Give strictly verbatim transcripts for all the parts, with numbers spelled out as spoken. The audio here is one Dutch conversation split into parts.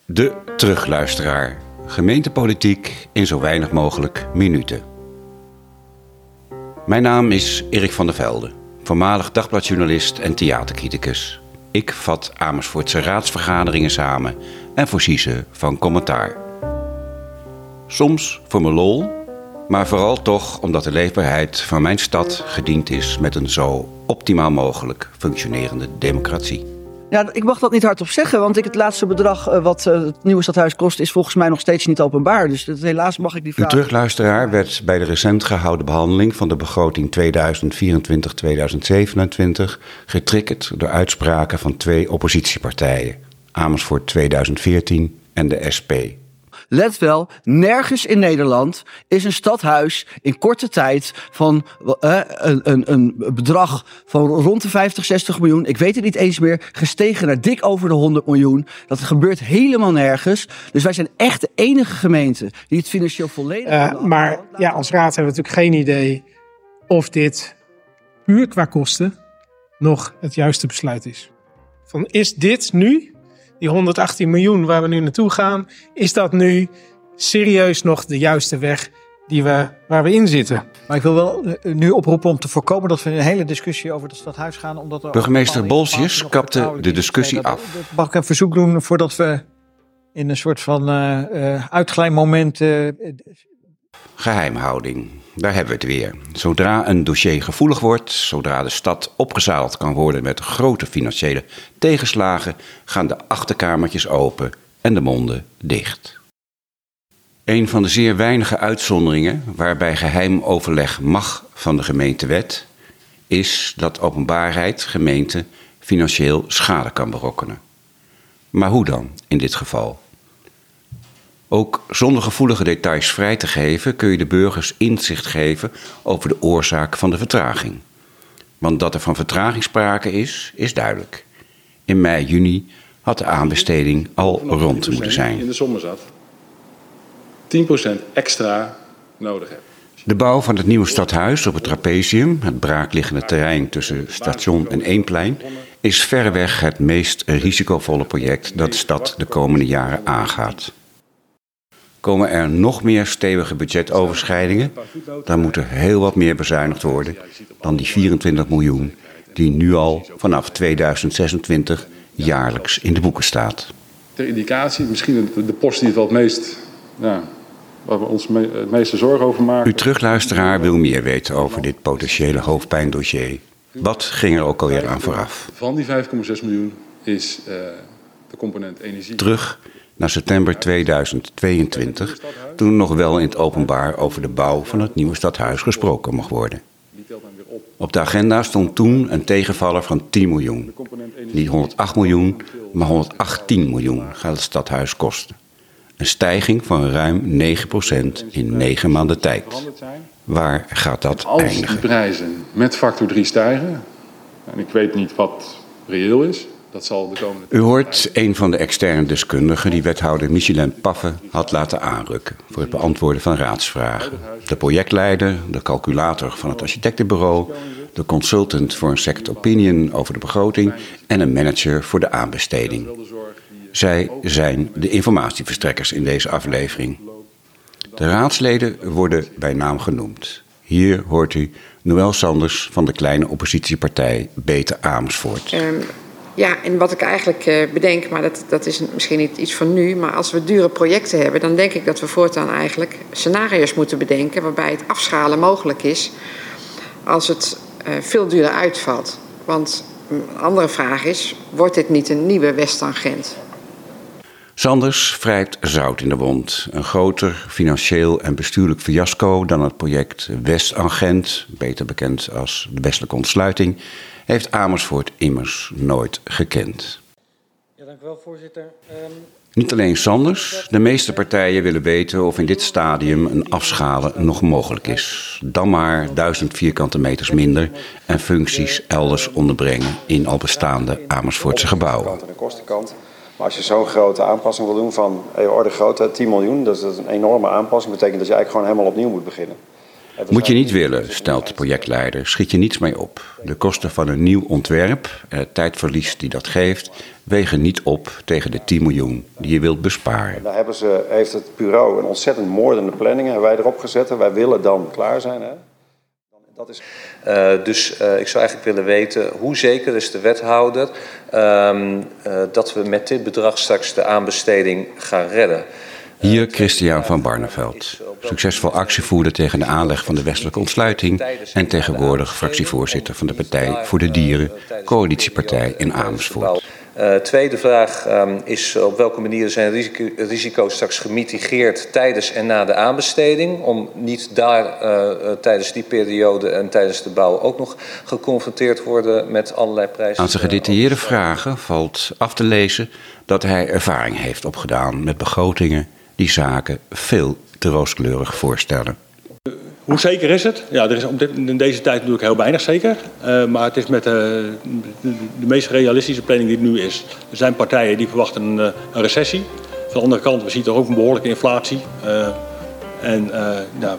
De terugluisteraar. Gemeentepolitiek in zo weinig mogelijk minuten. Mijn naam is Erik van der Velde, voormalig dagbladjournalist en theatercriticus. Ik vat Amersfoortse raadsvergaderingen samen en voorzie ze van commentaar. Soms voor mijn lol, maar vooral toch omdat de leefbaarheid van mijn stad gediend is met een zo optimaal mogelijk functionerende democratie. Ja, ik mag dat niet hardop zeggen, want ik het laatste bedrag uh, wat uh, het nieuwe stadhuis kost is volgens mij nog steeds niet openbaar. Dus dat, helaas mag ik die vraag... Uw terugluisteraar werd bij de recent gehouden behandeling van de begroting tweeduizend vierentwintig tot tweeduizend zevenentwintig getriggerd door uitspraken van twee oppositiepartijen, Amersfoort tweeduizend veertien en de S P. Let wel, nergens in Nederland is een stadhuis in korte tijd van uh, een, een, een bedrag van rond de vijftig, zestig miljoen, ik weet het niet eens meer, gestegen naar dik over de honderd miljoen. Dat gebeurt helemaal nergens. Dus wij zijn echt de enige gemeente die het financieel volledig... Uh, maar ja, als raad hebben we natuurlijk geen idee of dit puur qua kosten nog het juiste besluit is. Van, is dit nu... Die honderdachttien miljoen waar we nu naartoe gaan, is dat nu serieus nog de juiste weg die we, waar we in zitten? Maar ik wil wel nu oproepen om te voorkomen dat we in een hele discussie over het stadhuis gaan. Omdat er Burgemeester Bolsjes kapte de discussie nee, af. Mag ik een verzoek doen voordat we in een soort van uh, uh, uitglijmoment... Uh, Geheimhouding. Daar hebben we het weer. Zodra een dossier gevoelig wordt, zodra de stad opgezaald kan worden met grote financiële tegenslagen, gaan de achterkamertjes open en de monden dicht. Een van de zeer weinige uitzonderingen waarbij geheim overleg mag van de gemeentewet, is dat openbaarheid gemeenten financieel schade kan berokkenen. Maar hoe dan in dit geval? Ook zonder gevoelige details vrij te geven kun je de burgers inzicht geven over de oorzaak van de vertraging. Want dat er van vertraging sprake is, is duidelijk. In mei, juni had de aanbesteding al rond moeten zijn. In de sommen zat. tien procent extra nodig hebben. De bouw van het nieuwe stadhuis op het Trapezium, het braakliggende terrein tussen station en Eemplein, is verreweg het meest risicovolle project dat de stad de komende jaren aangaat. Komen er nog meer stevige budgetoverschrijdingen, dan moet er heel wat meer bezuinigd worden dan die vierentwintig miljoen die nu al vanaf tweeduizend zesentwintig jaarlijks in de boeken staat. Ter indicatie, misschien de, de post die het wel het meest, ja, waar we ons me, het meeste zorgen over maken. Uw terugluisteraar wil meer weten over dit potentiële hoofdpijndossier. Wat ging er ook alweer aan vooraf? Van die vijf komma zes miljoen is uh, de component energie. Terug naar september tweeduizend tweeëntwintig, toen nog wel in het openbaar over de bouw van het nieuwe stadhuis gesproken mocht worden. Op de agenda stond toen een tegenvaller van tien miljoen. Niet honderdacht miljoen, maar honderdachttien miljoen gaat het stadhuis kosten. Een stijging van ruim negen procent in negen maanden tijd. Waar gaat dat Als eindigen? Als de prijzen met factor drie stijgen, en ik weet niet wat reëel is, dat zal de komende... U hoort een van de externe deskundigen die wethouder Michelin Paffe had laten aanrukken voor het beantwoorden van raadsvragen. De projectleider, de calculator van het architectenbureau, de consultant voor een second opinion over de begroting en een manager voor de aanbesteding. Zij zijn de informatieverstrekkers in deze aflevering. De raadsleden worden bij naam genoemd. Hier hoort u Noël Sanders van de kleine oppositiepartij Beter Amersfoort. Um, ja, en wat ik eigenlijk uh, bedenk, maar dat, dat is misschien niet iets van nu, maar als we dure projecten hebben, dan denk ik dat we voortaan eigenlijk scenario's moeten bedenken waarbij het afschalen mogelijk is als het uh, veel duurder uitvalt. Want een andere vraag is, wordt dit niet een nieuwe Westtangent? Sanders wrijft zout in de wond. Een groter financieel en bestuurlijk fiasco dan het project Westtangent, beter bekend als de Westelijke Ontsluiting, heeft Amersfoort immers nooit gekend. Ja, dank u wel, voorzitter. Um... Niet alleen Sanders, de meeste partijen willen weten of in dit stadium een afschalen nog mogelijk is. Dan maar duizend vierkante meters minder en functies elders onderbrengen in al bestaande Amersfoortse gebouwen. De kostenkant. Maar als je zo'n grote aanpassing wil doen van orde grootte, tien miljoen, dat is een enorme aanpassing. Dat betekent dat je eigenlijk gewoon helemaal opnieuw moet beginnen. Moet je niet willen, stelt de projectleider, schiet je niets mee op. De kosten van een nieuw ontwerp en het tijdverlies die dat geeft, wegen niet op tegen de tien miljoen die je wilt besparen. Daar hebben ze, heeft het bureau een ontzettend moordende planning hebben wij erop gezet. En wij willen dan klaar zijn. Hè? Dat is... Uh, dus uh, ik zou eigenlijk willen weten, hoe zeker is de wethouder uh, uh, dat we met dit bedrag straks de aanbesteding gaan redden? Hier Christian van Barneveld, succesvol actievoerder tegen de aanleg van de westelijke ontsluiting en tegenwoordig fractievoorzitter van de Partij voor de Dieren, coalitiepartij in Amersfoort. Uh, tweede vraag um, is op welke manier zijn risico, risico's straks gemitigeerd tijdens en na de aanbesteding, om niet daar uh, uh, tijdens die periode en tijdens de bouw ook nog geconfronteerd worden met allerlei prijzen. Aan zijn gedetailleerde vragen valt af te lezen dat hij ervaring heeft opgedaan met begrotingen die zaken veel te rooskleurig voorstellen. Hoe zeker is het? Ja, er is op dit, in deze tijd natuurlijk heel weinig zeker. Uh, maar het is met uh, de, de meest realistische planning die er nu is. Er zijn partijen die verwachten een, een recessie. Van de andere kant, we zien toch ook een behoorlijke inflatie. Uh, en uh, nou,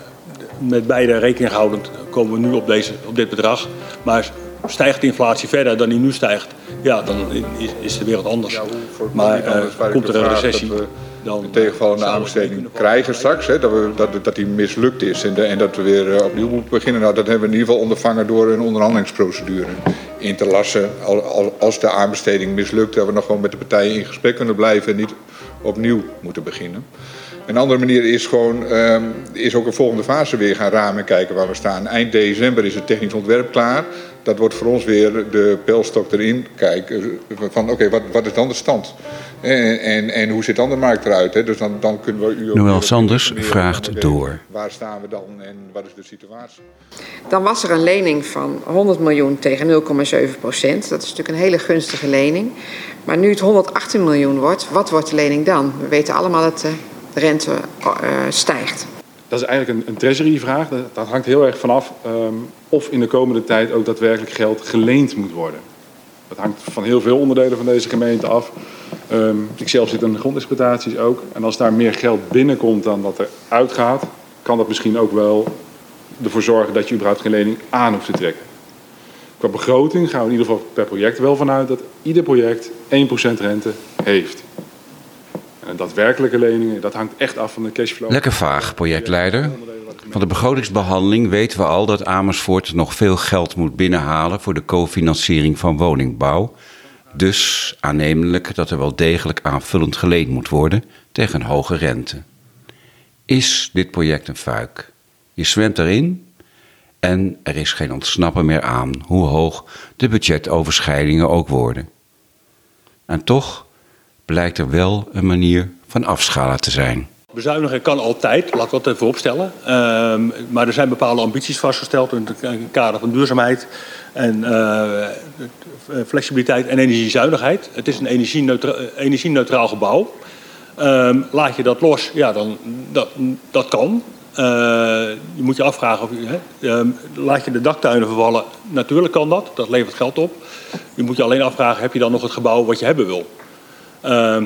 met beide rekening houdend komen we nu op, deze, op dit bedrag. Maar stijgt de inflatie verder dan die nu stijgt, ja, dan is, is de wereld anders. Ja, maar uh, komt er een recessie... Dan een tegenvallende aanbesteding krijgen straks, hè, dat, we, dat, dat die mislukt is en, de, en dat we weer uh, opnieuw moeten beginnen. Nou, dat hebben we in ieder geval ondervangen door een onderhandelingsprocedure in te lassen. Al, als de aanbesteding mislukt, dat we nog gewoon met de partijen in gesprek kunnen blijven en niet opnieuw moeten beginnen. Een andere manier is gewoon, um, is ook een volgende fase weer gaan ramen kijken waar we staan. Eind december is het technisch ontwerp klaar. Dat wordt voor ons weer de pijlstok erin kijken van oké, okay, wat, wat is dan de stand? En, en, en hoe zit dan de markt eruit? Hè? Dus dan, dan kunnen we u ook Noël Sanders vraagt okay, door. Waar staan we dan en wat is de situatie? Dan was er een lening van honderd miljoen tegen nul komma zeven procent. Dat is natuurlijk een hele gunstige lening. Maar nu het honderdachttien miljoen wordt, wat wordt de lening dan? We weten allemaal dat de rente uh, stijgt. Dat is eigenlijk een, een treasury-vraag. Dat, dat hangt heel erg vanaf um, of in de komende tijd ook daadwerkelijk geld geleend moet worden. Dat hangt van heel veel onderdelen van deze gemeente af. Um, ik zelf zit in de grondexploitaties ook. En als daar meer geld binnenkomt dan dat er uitgaat, kan dat misschien ook wel ervoor zorgen dat je überhaupt geen lening aan hoeft te trekken. Qua begroting gaan we in ieder geval per project wel vanuit dat ieder project één procent rente heeft. En daadwerkelijke leningen, dat hangt echt af van de cashflow. Lekker vaag, projectleider. Van de begrotingsbehandeling weten we al dat Amersfoort nog veel geld moet binnenhalen voor de cofinanciering van woningbouw. Dus aannemelijk dat er wel degelijk aanvullend geleend moet worden tegen een hoge rente. Is dit project een fuik? Je zwemt erin en er is geen ontsnappen meer aan hoe hoog de budgetoverschrijdingen ook worden. En toch blijkt er wel een manier van afschalen te zijn. Bezuinigen kan altijd, laten we dat even opstellen. Uh, maar er zijn bepaalde ambities vastgesteld in het kader van duurzaamheid en uh, flexibiliteit en energiezuinigheid. Het is een energie-neutra- energie-neutraal gebouw. Uh, laat je dat los, ja, dan dat, dat kan. Uh, je moet je afvragen, of je, hè, uh, laat je de daktuinen vervallen, natuurlijk kan dat, dat levert geld op. Je moet je alleen afvragen, heb je dan nog het gebouw wat je hebben wil? Uh,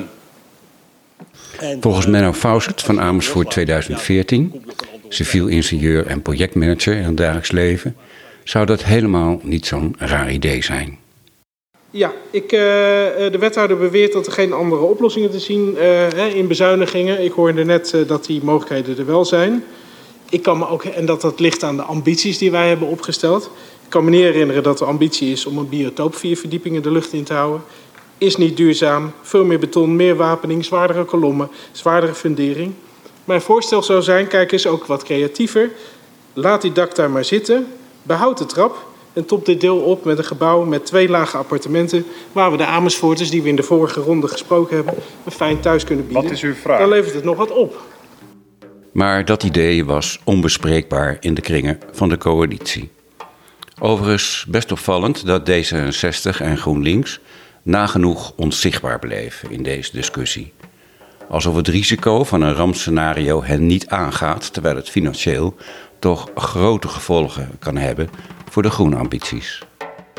Volgens Menno Fausert van Amersfoort tweeduizend veertien, civiel ingenieur en projectmanager in het dagelijks leven, zou dat helemaal niet zo'n raar idee zijn. Ja, ik, uh, de wethouder beweert dat er geen andere oplossingen te zien uh, in bezuinigingen. Ik hoorde net uh, dat die mogelijkheden er wel zijn. Ik kan me ook, en dat dat ligt aan de ambities die wij hebben opgesteld. Ik kan me niet herinneren dat de ambitie is om een biotoop vier verdiepingen de lucht in te houden. Is niet duurzaam, veel meer beton, meer wapening, zwaardere kolommen, zwaardere fundering. Mijn voorstel zou zijn, kijk eens ook wat creatiever. Laat die daktuin maar zitten, behoud de trap en top dit deel op met een gebouw met twee lage appartementen, waar we de Amersfoorters, die we in de vorige ronde gesproken hebben, een fijn thuis kunnen bieden. Wat is uw vraag? Dan levert het nog wat op. Maar dat idee was onbespreekbaar in de kringen van de coalitie. Overigens best opvallend dat D zesenzestig en GroenLinks nagenoeg onzichtbaar bleven in deze discussie. Alsof het risico van een rampscenario hen niet aangaat, terwijl het financieel toch grote gevolgen kan hebben voor de groene ambities.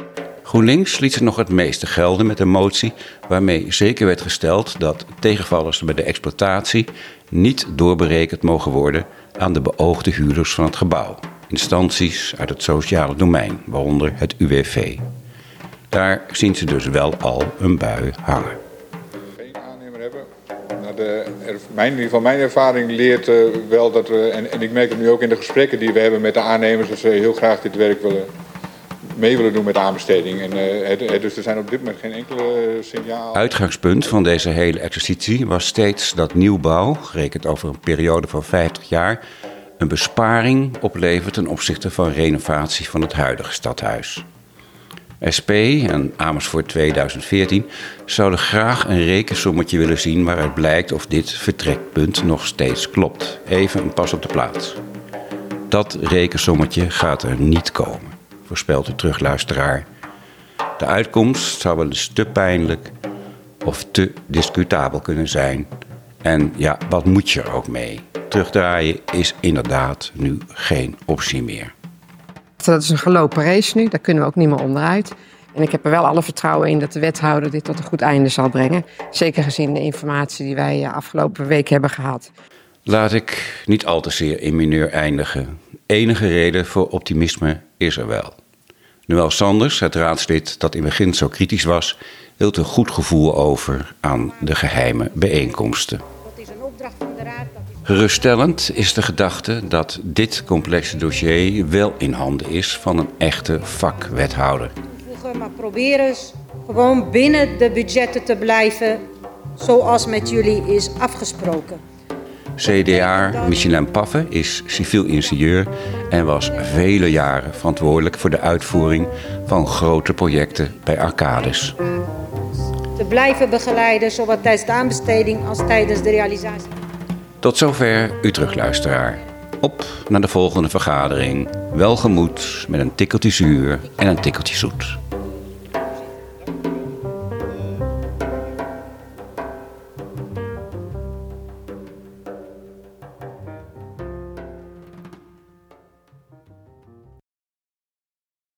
GroenLinks liet zich nog het meeste gelden met een motie waarmee zeker werd gesteld dat tegenvallers bij de exploitatie niet doorberekend mogen worden aan de beoogde huurders van het gebouw. Instanties uit het sociale domein, waaronder het U W V. Daar zien ze dus wel al een bui hangen. Geen aannemer hebben. Nou, de, mijn, in ieder geval mijn ervaring leert uh, wel dat we, en, en ik merk het nu ook in de gesprekken die we hebben met de aannemers, dat ze heel graag dit werk willen, mee willen doen met de aanbesteding. En, uh, het, het, dus er zijn op dit moment geen enkele signaal. Uitgangspunt van deze hele exercitie was steeds dat nieuwbouw, gerekend over een periode van vijftig jaar, een besparing oplevert ten opzichte van renovatie van het huidige stadhuis. S P en Amersfoort tweeduizend veertien zouden graag een rekensommetje willen zien waaruit blijkt of dit vertrekpunt nog steeds klopt. Even een pas op de plaats. Dat rekensommetje gaat er niet komen, voorspelt de terugluisteraar. De uitkomst zou wel eens te pijnlijk of te discutabel kunnen zijn. En ja, wat moet je er ook mee? Terugdraaien is inderdaad nu geen optie meer. Dat is een gelopen race nu, daar kunnen we ook niet meer onderuit. En ik heb er wel alle vertrouwen in dat de wethouder dit tot een goed einde zal brengen. Zeker gezien de informatie die wij afgelopen week hebben gehad. Laat ik niet al te zeer in mineur eindigen. Enige reden voor optimisme is er wel. Noël Sanders, het raadslid dat in het begin zo kritisch was, hield een goed gevoel over aan de geheime bijeenkomsten. Geruststellend is de gedachte dat dit complexe dossier wel in handen is van een echte vakwethouder. Maar probeer eens gewoon binnen de budgetten te blijven zoals met jullie is afgesproken. C D A Michelin Paffe is civiel ingenieur en was vele jaren verantwoordelijk voor de uitvoering van grote projecten bij Arcades. Te blijven begeleiden, zowel tijdens de aanbesteding als tijdens de realisatie. Tot zover uw terugluisteraar. Op naar de volgende vergadering. Welgemoed met een tikkeltje zuur en een tikkeltje zoet.